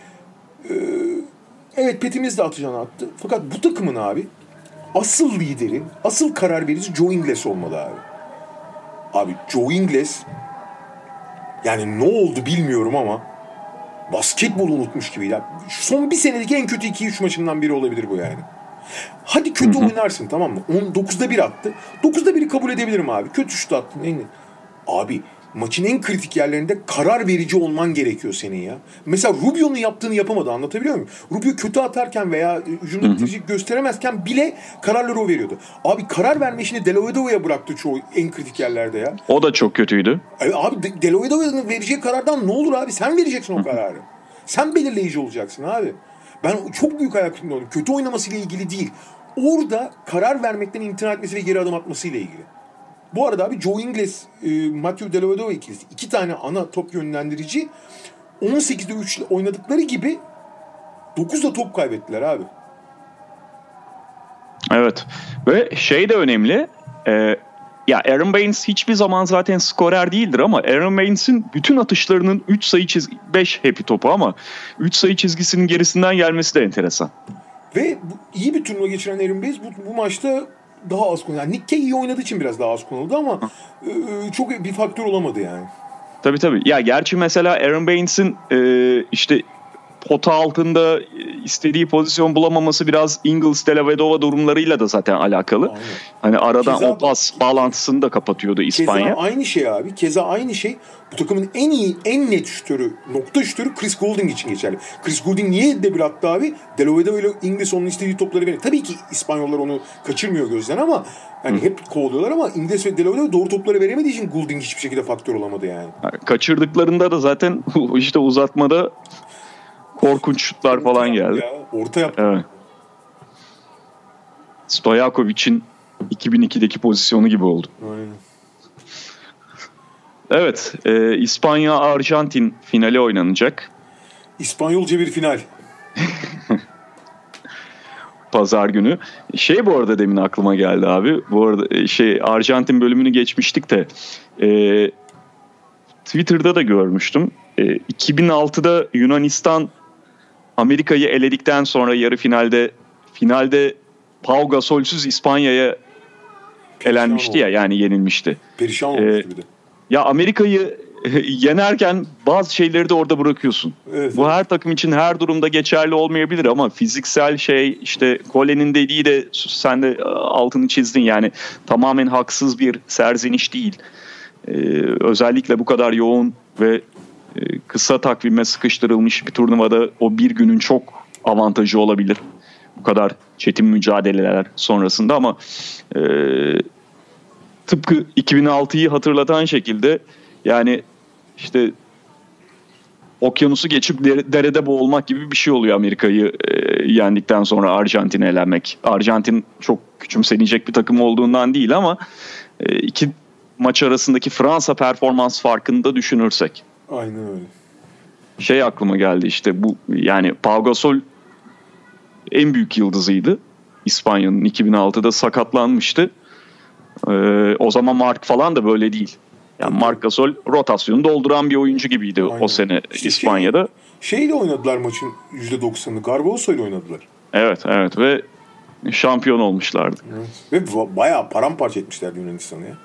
Evet, Petimiz de atacağını attı. Fakat bu takımın abi asıl lideri, asıl karar verici Joe Ingles olmalı abi. Abi Joe Ingles, yani ne oldu bilmiyorum ama basketbolu unutmuş gibi. Ya. Son bir senedeki en kötü 2-3 maçından biri olabilir bu yani. Hadi kötü oynarsın, tamam mı? 9'da 1 attı. 9'da 1'i kabul edebilirim abi. Kötü şut attın. Abi maçın en kritik yerlerinde karar verici olman gerekiyor senin ya. Mesela Rubio'nun yaptığını yapamadı, anlatabiliyor muyum? Rubio kötü atarken veya hücumda bitirici gösteremezken bile kararları o veriyordu. Abi karar verme işini Dellavedovia'ya bıraktı çoğu en kritik yerlerde ya. O da çok kötüydü. Abi Dellavedovia'nın vereceği karardan ne olur abi? Sen vereceksin o kararı. Sen belirleyici olacaksın abi. Ben çok büyük hayal kırıklığına oldum. Kötü oynamasıyla ilgili değil. Orada karar vermekten imtina etmesi ve geri adım atmasıyla ilgili. Bu arada abi Joe Ingles, Matthew Dellavedova ikilisi. 2 tane ana top yönlendirici 18'de 3 oynadıkları gibi 9'da top kaybettiler abi. Evet. Ve şey de önemli. Ya Aaron Baines hiçbir zaman zaten skorer değildir ama Aaron Baines'in bütün atışlarının 3 sayı 5 happy topu ama 3 sayı çizgisinin gerisinden gelmesi de enteresan. Ve iyi bir turnuva geçiren Aaron Baines bu maçta daha az kullanıldı. Yani Nick Kay iyi oynadığı için biraz daha az kullanıldı ama çok bir faktör olamadı yani. Tabii. Ya gerçi mesela Aaron Baines'in işte pota altında istediği pozisyon bulamaması biraz Ingles, Dellavedova durumlarıyla da zaten alakalı. Aynen. Hani aradan keza, o pas bağlantısını da kapatıyordu İspanya. Keza aynı şey abi. Keza aynı şey bu takımın en iyi, en net şütörü, nokta şütörü Chris Goulding için geçerli. Chris Goulding niye de bir attı abi? Dellavedova ile Ingles onun istediği topları veriyor. Tabii ki İspanyollar onu kaçırmıyor gözden ama yani hep kovalıyorlar ama Ingles ve Dellavedova doğru topları veremediği için Goulding hiçbir şekilde faktör olamadı yani. Kaçırdıklarında da zaten işte uzatmada korkunç şutlar falan geldi. Ya, orta yaptı. Evet. Stojakovic'in 2002'deki pozisyonu gibi oldu. Aynen. Evet, İspanya-Arjantin finali oynanacak. İspanyolca bir final. Pazar günü. Bu arada demin aklıma geldi abi. Bu arada Arjantin bölümünü geçmiştik de Twitter'da da görmüştüm. 2006'da Yunanistan Amerika'yı eledikten sonra yarı finalde Pau Gasol'süz İspanya'ya elenmişti ya, yani yenilmişti. Perişan olmuştu bir de. Ya Amerika'yı yenerken bazı şeyleri de orada bırakıyorsun. Evet, bu her takım için her durumda geçerli olmayabilir ama fiziksel işte Cole'nin dediği de sen de altını çizdin, yani tamamen haksız bir serzeniş değil. Özellikle bu kadar yoğun ve kısa takvime sıkıştırılmış bir turnuvada o bir günün çok avantajı olabilir. Bu kadar çetin mücadeleler sonrasında ama tıpkı 2006'yı hatırlatan şekilde, yani işte okyanusu geçip derede boğulmak gibi bir şey oluyor Amerika'yı yendikten sonra Arjantin'e elenmek. Arjantin çok küçümsenecek bir takım olduğundan değil ama iki maç arasındaki Fransa performans farkını da düşünürsek. Aynen öyle. Aklıma geldi işte bu, yani Pau Gasol en büyük yıldızıydı. İspanya'nın 2006'da sakatlanmıştı. O zaman Mark falan da böyle değil. Yani Marc Gasol rotasyonu dolduran bir oyuncu gibiydi. Aynen. O sene işte İspanya'da. Şeyle oynadılar maçın %90'ını. Garbajosa ile oynadılar. Evet ve şampiyon olmuşlardı. Evet. Ve bayağı paramparça etmişlerdi Yunanistan'ı ya.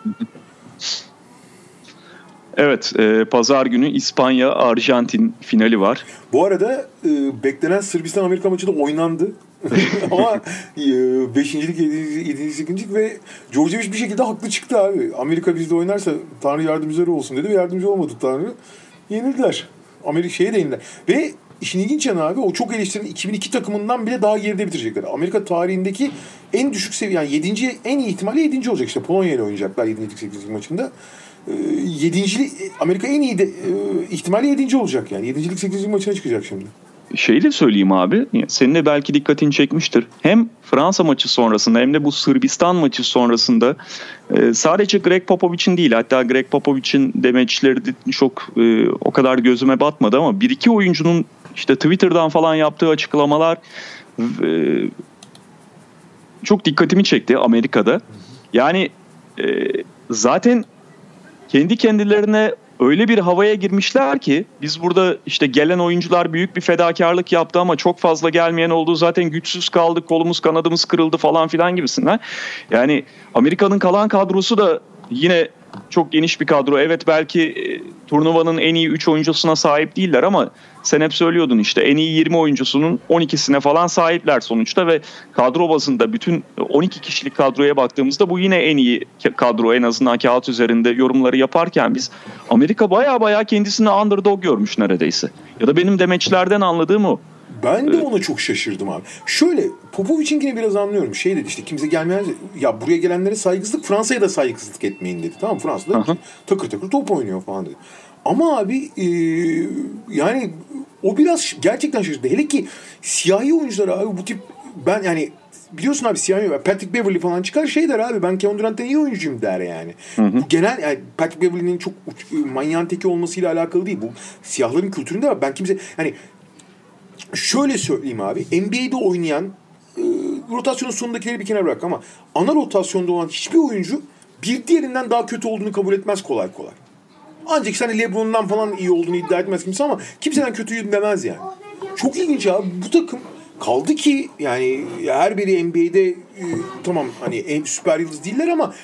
Evet, pazar günü İspanya-Arjantin finali var. Bu arada beklenen Sırbistan-Amerika maçı da oynandı. Ama 5. lig, 7. 8. ve Djordjevic bir şekilde haklı çıktı abi. Amerika bizde oynarsa Tanrı yardımcıları olsun dedi ve yardımcı olmadı Tanrı. Yenildiler. Amerika de yenildiler. Ve işin ilginç yanı abi o çok eleştirilen 2002 takımından bile daha geride bitirecekler. Amerika tarihindeki en düşük seviye yani 7. en iyi ihtimalle 7. olacak işte Polonya ile oynayacaklar 7. 8. maçında. 7. Amerika en iyi de ihtimalle 7. olacak yani. 7. 8. maçına çıkacak şimdi. Şeyi de söyleyeyim abi. Senin de belki dikkatini çekmiştir. Hem Fransa maçı sonrasında hem de bu Sırbistan maçı sonrasında sadece Greg Popovich'in değil, hatta Greg Popovich'in demeçleri de çok o kadar gözüme batmadı ama bir iki oyuncunun işte Twitter'dan falan yaptığı açıklamalar çok dikkatimi çekti Amerika'da. Yani zaten kendi kendilerine öyle bir havaya girmişler ki biz burada işte gelen oyuncular büyük bir fedakarlık yaptı ama çok fazla gelmeyen oldu. Zaten güçsüz kaldık, kolumuz kanadımız kırıldı falan filan gibisinden. Yani Amerika'nın kalan kadrosu da yine çok geniş bir kadro. Evet belki turnuvanın en iyi 3 oyuncusuna sahip değiller ama sen hep söylüyordun işte en iyi 20 oyuncusunun 12'sine falan sahipler sonuçta ve kadro bazında bütün 12 kişilik kadroya baktığımızda bu yine en iyi kadro en azından kağıt üzerinde yorumları yaparken biz Amerika baya kendisini underdog görmüş neredeyse. Ya da benim demeçlerden anladığım o. Ben de ona çok şaşırdım abi. Şöyle Popovic'inkini biraz anlıyorum. Şey dedi işte kimse gelmeyen ya buraya gelenlere saygısızlık Fransa'ya da saygısızlık etmeyin dedi. Tamam Fransa'da takır takır top oynuyor falan dedi. Ama abi yani o biraz gerçekten şaşırdı. Hele ki siyahi oyuncular abi bu tip ben yani biliyorsun abi siyahi Patrick Beverley falan çıkar şey der abi ben Kevin Durant'tan iyi oyuncuyum der yani. Bu genel yani Patrick Beverley'nin çok manyağın teki olmasıyla alakalı değil. Bu siyahların kültüründe var. Ben kimse yani şöyle söyleyeyim abi NBA'de oynayan rotasyonun sonundakileri bir kenara bırak ama ana rotasyonda olan hiçbir oyuncu bir diğerinden daha kötü olduğunu kabul etmez kolay kolay. Ancak sen LeBron'dan falan iyi olduğunu iddia etmez kimse ama kimseden kötüyüm demez yani. Çok ilginç abi bu takım kaldı ki yani her biri NBA'de tamam hani en süper yıldız değiller ama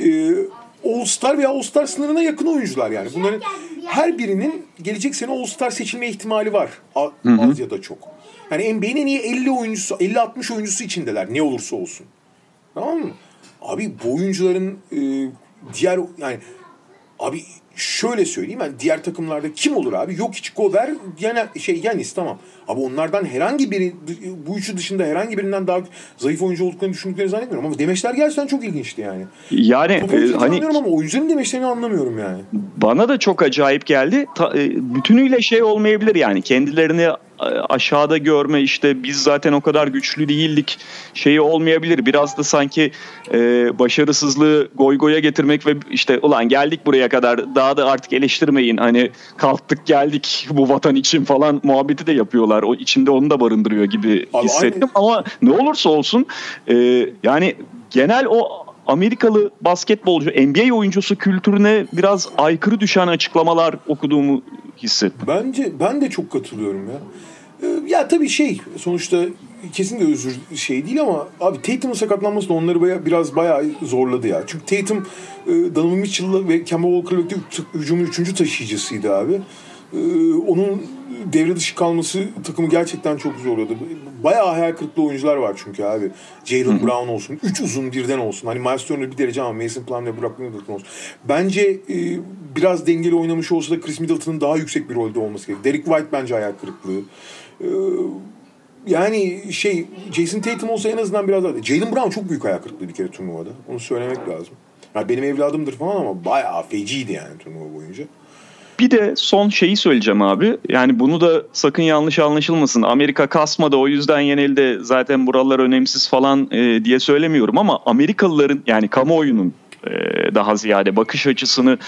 All-Star veya All-Star sınırına yakın oyuncular yani. Bunların her birinin gelecek sene All-Star seçilme ihtimali var. Az ya da çok. Yani NBA'nin en iyi 50 oyuncusu, 50-60 oyuncusu içindeler ne olursa olsun. Tamam mı? Abi bu oyuncuların diğer yani abi şöyle söyleyeyim yani diğer takımlarda kim olur abi? Yok hiç Gobert, Giannis tamam. Abi onlardan herhangi biri bu üçü dışında herhangi birinden daha zayıf oyuncu olduklarını düşündüklerini zannetmiyorum ama demeçler gerçekten çok ilginçti yani. Yani hani anlıyorum ama oyuncuların demeçlerini anlamıyorum yani. Bana da çok acayip geldi. Bütünüyle şey olmayabilir yani kendilerini aşağıda görme işte biz zaten o kadar güçlü değildik şeyi olmayabilir. Biraz da sanki başarısızlığı goya getirmek ve işte ulan geldik buraya kadar daha da artık eleştirmeyin hani kalktık geldik bu vatan için falan muhabbeti de yapıyorlar. O içinde onu da barındırıyor gibi hissettim ama ne olursa olsun yani genel o Amerikalı basketbolcu, NBA oyuncusu kültürüne biraz aykırı düşen açıklamalar okuduğumu hissettim. Bence ben de çok katılıyorum ya. Ya tabii sonuçta kesinlikle özür değil ama abi Tatum'un sakatlanması da onları bayağı zorladı ya. Çünkü Tatum Donovan Mitchell'la ve Kemba Walker'la birlikte hücumun 3. taşıyıcısıydı abi. Onun devre dışı kalması takımı gerçekten çok zorladı. Bayağı hayal kırıklığı oyuncular var çünkü abi. Jaylen Brown olsun, 3 uzun birden olsun. Hani Miles Turner bir derece ama Mason Plumlee ve Brock Middleton olsun. Bence biraz dengeli oynamış olsa da Chris Middleton'ın daha yüksek bir rolde olması gerekiyor. Derek White bence hayal kırıklığı. Yani Jason Tatum olsa en azından biraz daha. Jaylen Brown çok büyük hayal kırıklığı bir kere turnuvada. Onu söylemek lazım. Yani benim evladımdır falan ama bayağı feciydi yani turnuva boyunca. Bir de son şeyi söyleyeceğim abi. Yani bunu da sakın yanlış anlaşılmasın. Amerika kasmadı o yüzden yenildi. Zaten buralar önemsiz falan diye söylemiyorum ama Amerikalıların yani kamuoyunun daha ziyade bakış açısını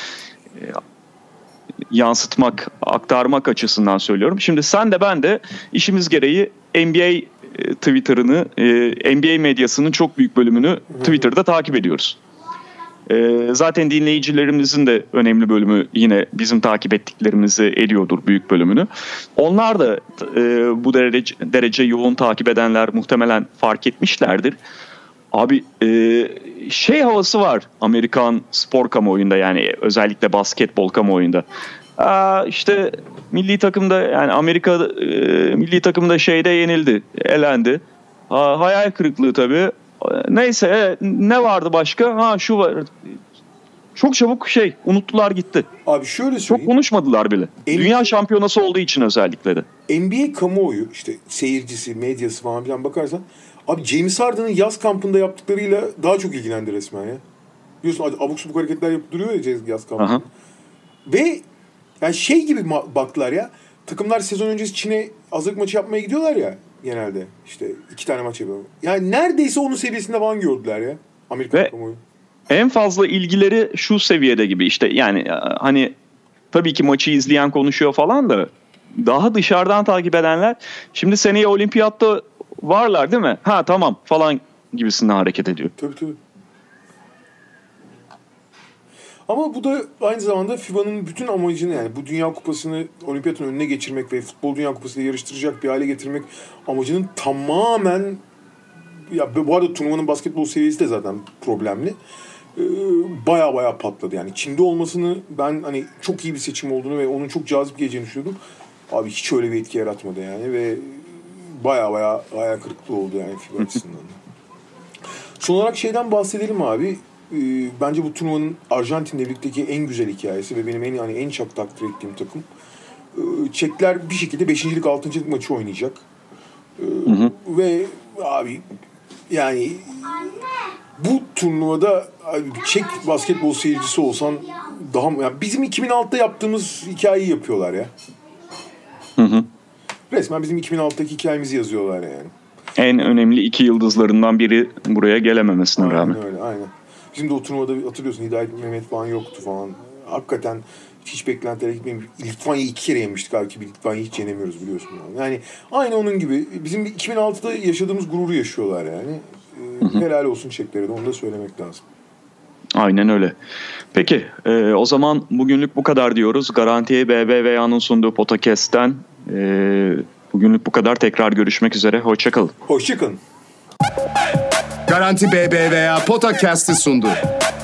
yansıtmak, aktarmak açısından söylüyorum. Şimdi sen de ben de işimiz gereği NBA Twitter'ını, NBA medyasının çok büyük bölümünü Twitter'da takip ediyoruz. Zaten dinleyicilerimizin de önemli bölümü yine bizim takip ettiklerimizi ediyordur büyük bölümünü. Onlar da bu derece yoğun takip edenler muhtemelen fark etmişlerdir. Abi havası var Amerikan spor kamuoyunda yani özellikle basketbol kamuoyunda. İşte milli takımda yani Amerika milli takımda yenildi, elendi. Hayal kırıklığı tabii. Neyse ne vardı başka? Şu var. çok çabuk unuttular gitti. Abi şöyle Çok söyleyeyim. konuşmadılar bile. Dünya şampiyonası olduğu için özellikle de. NBA kamuoyu işte seyircisi, medyası falan filan bakarsan abi James Harden'ın yaz kampında yaptıklarıyla daha çok ilgilendi resmen ya. Biliyorsun abuk subuk hareketler yapıp duruyor ya yaz kampında. Aha. Ve yani gibi baktılar ya. Takımlar sezon öncesi Çin'e hazırlık maçı yapmaya gidiyorlar ya genelde. İşte 2 tane maç yapıyorlar. Yani neredeyse onun seviyesinde falan gördüler ya. Amerika kamuoyu. En fazla ilgileri şu seviyede gibi işte yani hani tabii ki maçı izleyen konuşuyor falan da daha dışarıdan takip edenler şimdi seneye olimpiyatta varlar değil mi? Ha tamam falan gibisinden hareket ediyor. Tabii. Ama bu da aynı zamanda FIBA'nın bütün amacını yani bu Dünya Kupası'nı olimpiyatın önüne geçirmek ve Futbol Dünya Kupası'yla yarıştıracak bir hale getirmek amacının tamamen ya bu arada turnuvanın basketbol seviyesi de zaten problemli. Baya patladı yani. Çin'de olmasını ben hani çok iyi bir seçim olduğunu ve onun çok cazip geleceğini düşünüyordum. Abi hiç öyle bir etki yaratmadı yani ve baya hayal kırıklığı oldu yani FIBA açısından. Son olarak şeyden bahsedelim abi. Bence bu turnuvanın Arjantin'le birlikteki en güzel hikayesi ve benim en çok takdir ettiğim takım. Çekler bir şekilde 5. lig 6. lig maçı oynayacak. Ve abi yani bu turnuvada Çek basketbol seyircisi olsan daha yani bizim 2006'da yaptığımız hikayeyi yapıyorlar ya. Resmen bizim 2006'daki hikayemizi yazıyorlar yani. En önemli 2 yıldızlarından biri buraya gelememesine rağmen. Aynen. Bizim de o turnuvada hatırlıyorsun Hidayet Mehmet falan yoktu falan. Hakikaten hiç beklentilere gitmeymiş. Litvanya'yı 2 kere yemiştik abi ki Litvanya'yı hiç yenemiyoruz biliyorsun. Yani aynı onun gibi bizim 2006'da yaşadığımız gururu yaşıyorlar yani. Helal olsun Çeklere de onu da söylemek lazım. Aynen öyle. Peki o zaman bugünlük bu kadar diyoruz. Garanti BBVA'nın sunduğu podcast'ten bugünlük bu kadar. Tekrar görüşmek üzere. Hoşçakalın. Hoşçakalın. Garanti BBVA Podcast'ı sundu.